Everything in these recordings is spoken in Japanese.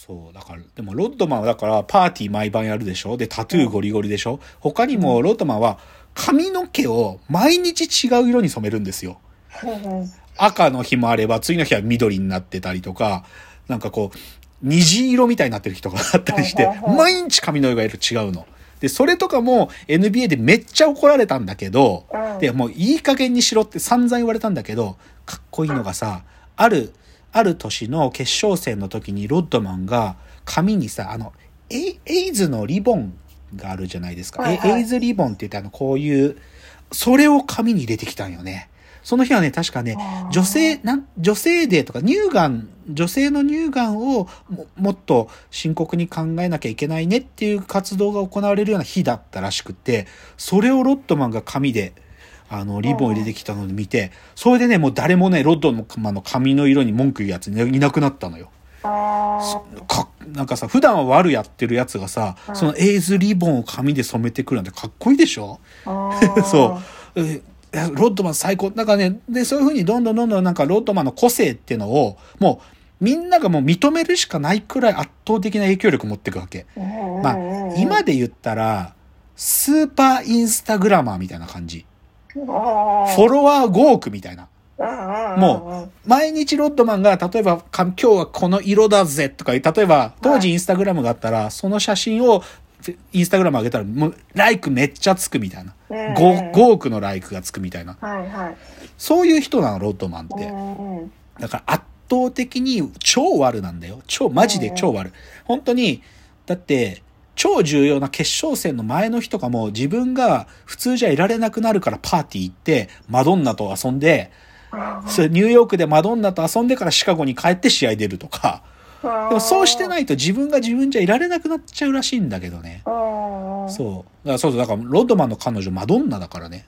そう。だから、でもロッドマンはだからパーティー毎晩やるでしょ。で、タトゥーゴリゴリでしょ。他にもロッドマンは髪の毛を毎日違う色に染めるんですよ。赤の日もあれば、次の日は緑になってたりとか、なんかこう、虹色みたいになってる日とかあったりして、毎日髪の色が違うの。で、それとかも NBA でめっちゃ怒られたんだけど、で、もういい加減にしろって散々言われたんだけど、かっこいいのがさ、ある年の決勝戦の時にロッドマンが髪にさ、エイズのリボンがあるじゃないですか。エイズリボンって言ってこういう、それを髪に入れてきたんよね。その日はね、確かね、女性デーとか女性の乳がんをもっと深刻に考えなきゃいけないねっていう活動が行われるような日だったらしくて、それをロッドマンが髪で、リボンを入れてきたので見て、それでね、もう誰もね、ロッドマンの髪の色に文句言うやついなくなったのよ。なんかさ、普段は悪やってるやつがさ、そのエイズリボンを髪で染めてくるなんてかっこいいでしょそう。ロッドマン最高。なんかね、で、そういう風にどんどんなんかロッドマンの個性っていうのを、もう、みんながもう認めるしかないくらい圧倒的な影響力持っていくわけ。まあ、今で言ったら、スーパーインスタグラマーみたいな感じ。フォロワー5億みたいな。もう、毎日ロッドマンが、例えば、今日はこの色だぜとか、例えば、当時インスタグラムがあったら、その写真を、インスタグラム上げたら、もう、ライクめっちゃつくみたいな。5億のライクがつくみたいな。そういう人なの、ロッドマンって。だから圧倒的に超悪なんだよ。マジで超悪。本当に、だって、超重要な決勝戦の前の日とかも、自分が普通じゃいられなくなるからパーティー行って、マドンナと遊んで、それニューヨークでマドンナと遊んでからシカゴに帰って試合出るとか、でもそうしてないと自分が自分じゃいられなくなっちゃうらしいんだけどね。そう。だからロッドマンの彼女マドンナだからね。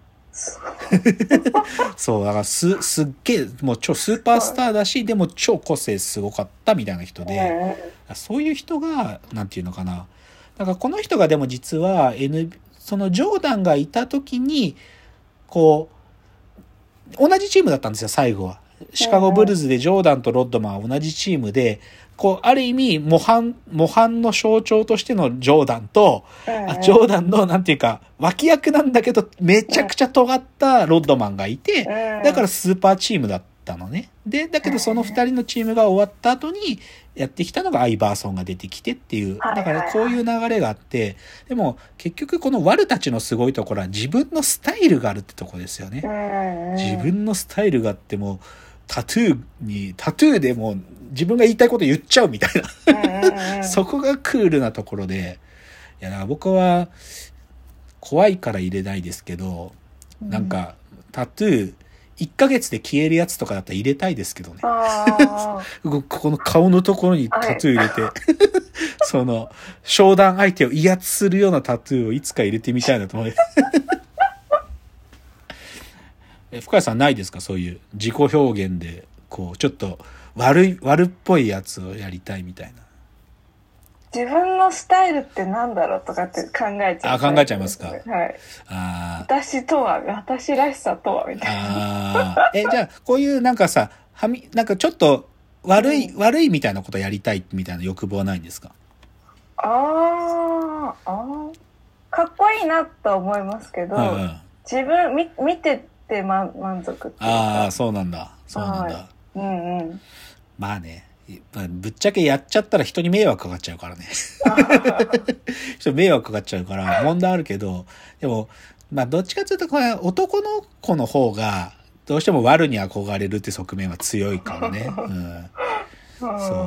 そう、だからすっげえ、もう超スーパースターだし、でも超個性すごかったみたいな人で、そういう人が、なんていうのかな。だからこの人がでも実は、そのジョーダンがいた時に、こう、同じチームだったんですよ、最後は。シカゴブルズでジョーダンとロッドマンは同じチームで、こう、ある意味、模範の象徴としてのジョーダンと、ジョーダンの、なんていうか、脇役なんだけど、めちゃくちゃ尖ったロッドマンがいて、だからスーパーチームだったのね。で、だけどその二人のチームが終わった後に、やってきたのがアイバーソンが出てきてっていう、だからこういう流れがあって、でも結局このワルたちのすごいところは自分のスタイルがあるってとこですよね。自分のスタイルがあっても、タトゥーでも自分が言いたいこと言っちゃうみたいな。そこがクールなところで、いや、僕は怖いから入れないですけど、なんかタトゥー、1ヶ月で消えるやつとかだったら入れたいですけどね。ここの顔のところにタトゥー入れて、その、商談相手を威圧するようなタトゥーをいつか入れてみたいなと思う。深谷さんないですか？そういう自己表現で、こう、ちょっと悪っぽいやつをやりたいみたいな。 自分のスタイルってなんだろうとかって考えちゃう。 考えちゃいますか。はい。 私らしさとはみたいな。 じゃあ、こういうなんかさ、なんかちょっと悪いみたいなことやりたいみたいな欲望はないんですか？ かっこいいなと思いますけど、自分見てて満足っていうか。 そうなんだ。まあね。ぶっちゃけやっちゃったら人に迷惑かかっちゃうからね。人迷惑かかっちゃうから問題あるけど、でも、まあどっちかというとこれ男の子の方がどうしても悪に憧れるって側面は強いからね。そう。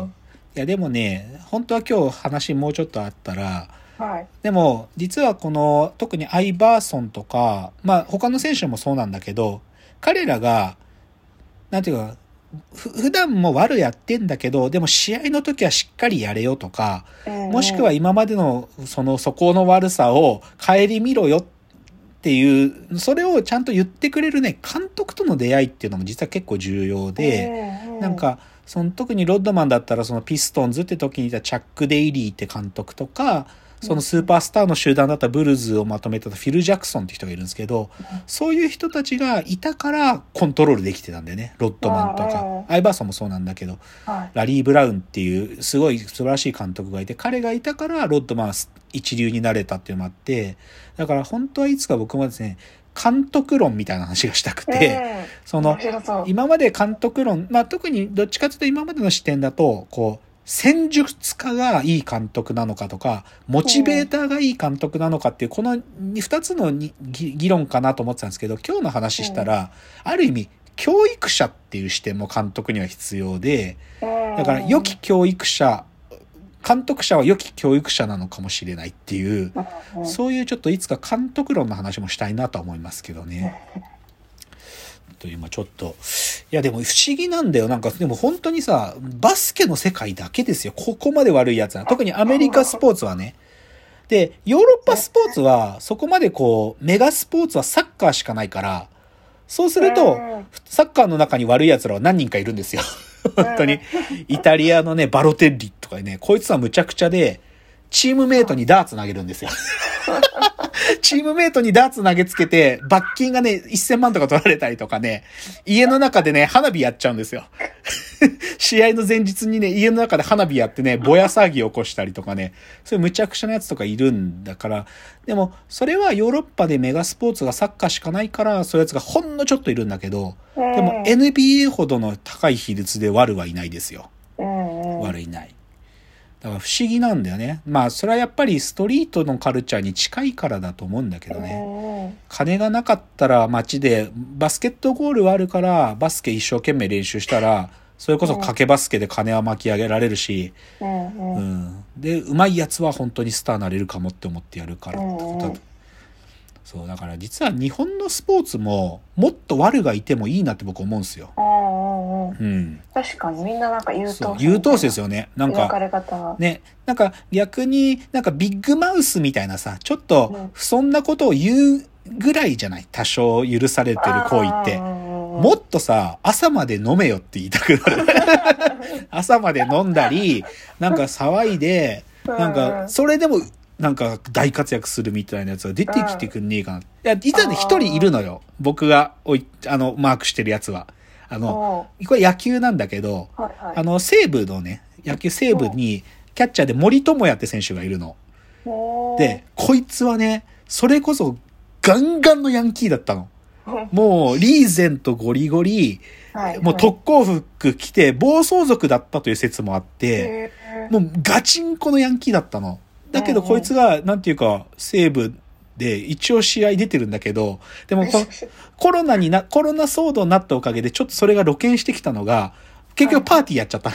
いやでもね、本当は今日話もうちょっとあったら、でも実はこの特にアイバーソンとか、まあ他の選手もそうなんだけど、彼らがなんていうか普段も悪やってんだけど、でも試合の時はしっかりやれよとか、もしくは今までのそこの悪さを顧みろよっていう、それをちゃんと言ってくれるね、監督との出会いっていうのも実は結構重要で、なんか、特にロッドマンだったらそのピストンズって時にいたチャック・デイリーって監督とか、 そのスーパースターの集団だったブルズをまとめたフィル・ジャクソンって人がいるんですけど、そういう人たちがいたからコントロールできてたんだよね。ロッドマンとか、アイバーソンもそうなんだけど、ラリー・ブラウンっていうすごい素晴らしい監督がいて、彼がいたからロッドマンは一流になれたっていうのもあって、だから本当はいつか僕もですね、監督論みたいな話がしたくて、今まで監督論、特にどっちかというと今までの視点だと、戦術家がいい監督なのかとか、モチベーターがいい監督なのかっていう、この二つの議論かなと思ってたんですけど、今日の話したら、ある意味、教育者っていう視点も監督には必要で、だから良き教育者、監督者は良き教育者なのかもしれないっていう、そういうちょっといつか監督論の話もしたいなとは思いますけどね。と今ちょっと、いやでも不思議なんだよ。でも本当にさ、バスケの世界だけですよ。ここまで悪いやつは。特にアメリカスポーツはね。で、ヨーロッパスポーツは、そこまでメガスポーツはサッカーしかないから、そうすると、サッカーの中に悪い奴らは何人かいるんですよ。本当に。イタリアのね、バロテッリとかね、こいつはむちゃくちゃで、チームメイトにダーツ投げるんですよ。チームメイトにダーツ投げつけて、罰金がね、1000万とか取られたりとかね、家の中でね、花火やっちゃうんですよ。試合の前日にね、家の中で花火やってね、ぼや騒ぎ起こしたりとかね、そういう無茶苦茶なやつとかいるんだから、でも、それはヨーロッパでメガスポーツがサッカーしかないから、そういうやつがほんのちょっといるんだけど、でも NBA ほどの高い比率で悪はいないですよ。悪いない。だから不思議なんだよね。それはやっぱりストリートのカルチャーに近いからだと思うんだけどね。金がなかったら街でバスケットゴールはあるからバスケ一生懸命練習したらそれこそ賭けバスケで金は巻き上げられるし、で上手いやつは本当にスターになれるかもって思ってやるからってことだ。そうだから実は日本のスポーツももっと悪がいてもいいなって僕思うんですよ。 確かにみんな優等生。優等生ですよね。ね、逆にビッグマウスみたいなさ、ちょっとそんなことを言うぐらいじゃない。多少許されてる行為って。もっとさ、朝まで飲めよって言いたくなる。朝まで飲んだり、騒いで、それでも、大活躍するみたいなやつが出てきてくんねえかな。いや、実はね、一人いるのよ。僕がマークしてるやつは。これ野球なんだけど、西武のね、野球西武に、キャッチャーで森友哉って選手がいるの。で、こいつはね、それこそガンガンのヤンキーだったの。もう、リーゼントゴリゴリ、もう特攻服着て、暴走族だったという説もあって、もうガチンコのヤンキーだったの。だけどこいつが、西武で一応試合出てるんだけど、でもコロナ騒動になったおかげでちょっとそれが露見してきたのが、結局パーティーやっちゃった。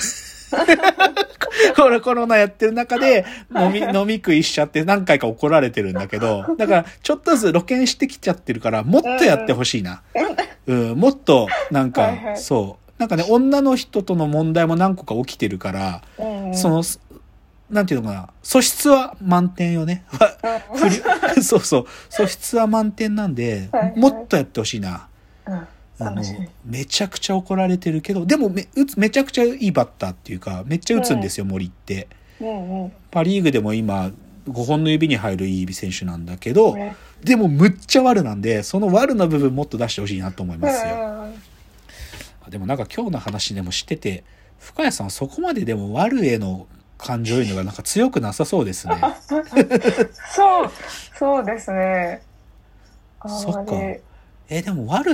コロナやってる中で飲み食いしちゃって何回か怒られてるんだけど、だからちょっとずつ露見してきちゃってるから、もっとやってほしいな。もっとそう。女の人との問題も何個か起きてるから、なんていうのかな、素質は満点よね。そうそう。素質は満点なんで、もっとやってほしいな。めちゃくちゃ怒られてるけど、でもめちゃくちゃいいバッターっていうか、めっちゃ打つんですよ、森って。パリーグでも今、5本の指に入るいい選手なんだけど、でもむっちゃ悪なんで、その悪な部分もっと出してほしいなと思いますよ。でも今日の話でも知ってて、深谷さんはそこまででも悪への感情いうのが強くなさそうですね。 そうですね。 そっか。でも悪って、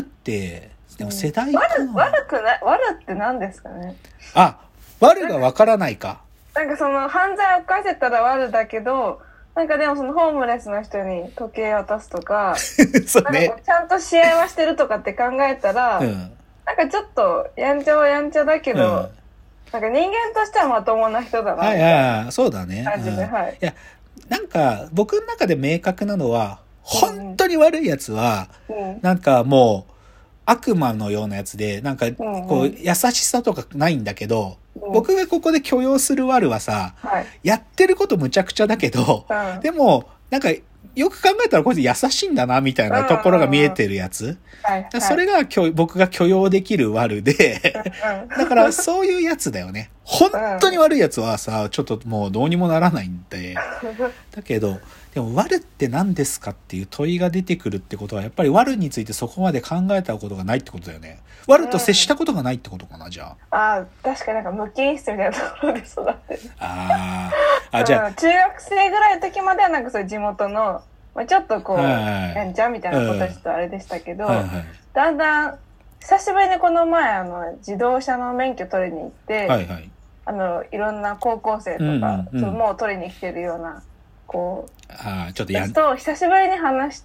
でも世代かな。 悪って何ですかね。 悪がわからないか。 犯罪を犯せたら悪だけど、でもホームレスの人に時計渡すとか、 そうね。 ちゃんと試合はしてるとかって考えたら、ちょっとやんちゃはやんちゃだけど、人間としてはまともな人だな。 そうだね。いや、僕の中で明確なのは、本当に悪いやつは、もう、悪魔のようなやつで、優しさとかないんだけど、僕がここで許容する悪はさ、やってることむちゃくちゃだけど、でも、 よく考えたらこいつ優しいんだな、みたいなところが見えてるやつ。それが僕が許容できる悪で、だからそういうやつだよね。本当に悪いやつはさ、ちょっともうどうにもならないんで。だけど、でも悪って何ですかっていう問いが出てくるってことは、やっぱり悪についてそこまで考えたことがないってことだよね。悪と接したことがないってことかな、じゃあ。確かになんか無菌室みたいなところで育ってる。じゃあ。中学生ぐらいの時まではなんかそういう地元の、まあ、ちょっとこう、やんちゃみたいな子たちとあれでしたけど、だんだん、久しぶりにこの前、自動車の免許取りに行って、いろんな高校生とか、もう取りに来てるような、こう、 ちょっとやんと久しぶりに話して、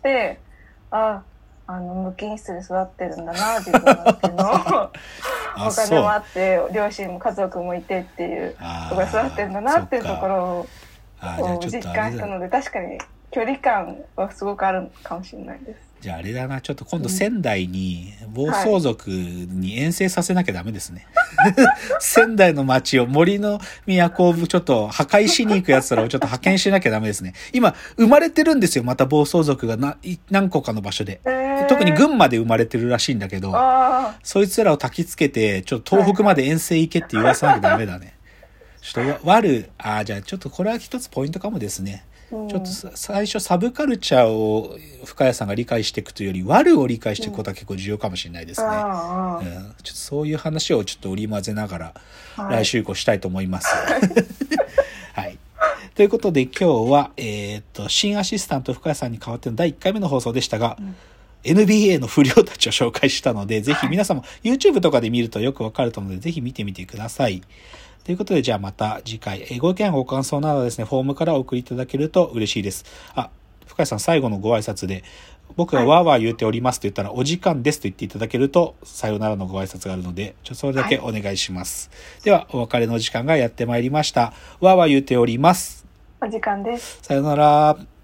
無菌室で育ってるんだな、自分はっていうのを、お金もあって、両親も家族もいてっていうところで育ってるんだなっていうところを実感したので、確かに距離感はすごくあるかもしれないです。 じゃああれだな、ちょっと今度仙台に暴走族に遠征させなきゃダメですね。仙台の街を森の都をちょっと破壊しに行く奴らをちょっと派遣しなきゃダメですね。今生まれてるんですよ、また暴走族が何個かの場所で。特に群馬で生まれてるらしいんだけど、そいつらを焚きつけて、ちょっと東北まで遠征行けって言わさなきゃダメだね。ちょっとじゃあちょっとこれは一つポイントかもですね。ちょっと最初サブカルチャーを深谷さんが理解していくというより悪を理解していくことは結構重要かもしれないですね。ちょっとそういう話をちょっと織り交ぜながら来週以降したいと思います。はい。ということで今日は、新アシスタント深谷さんに代わっての第1回目の放送でしたが、NBA の不良たちを紹介したので、ぜひ皆さんも YouTube とかで見るとよくわかると思うので、ぜひ見てみてください。ということで、じゃあまた次回、ご意見ご感想などですね、フォームからお送りいただけると嬉しいです。深谷さん最後のご挨拶で、僕がわーわー言うておりますと言ったら、お時間ですと言っていただけると、さようならのご挨拶があるので、それだけお願いします。では、お別れの時間がやってまいりました。わーわー言うております。 お時間です。 さようなら。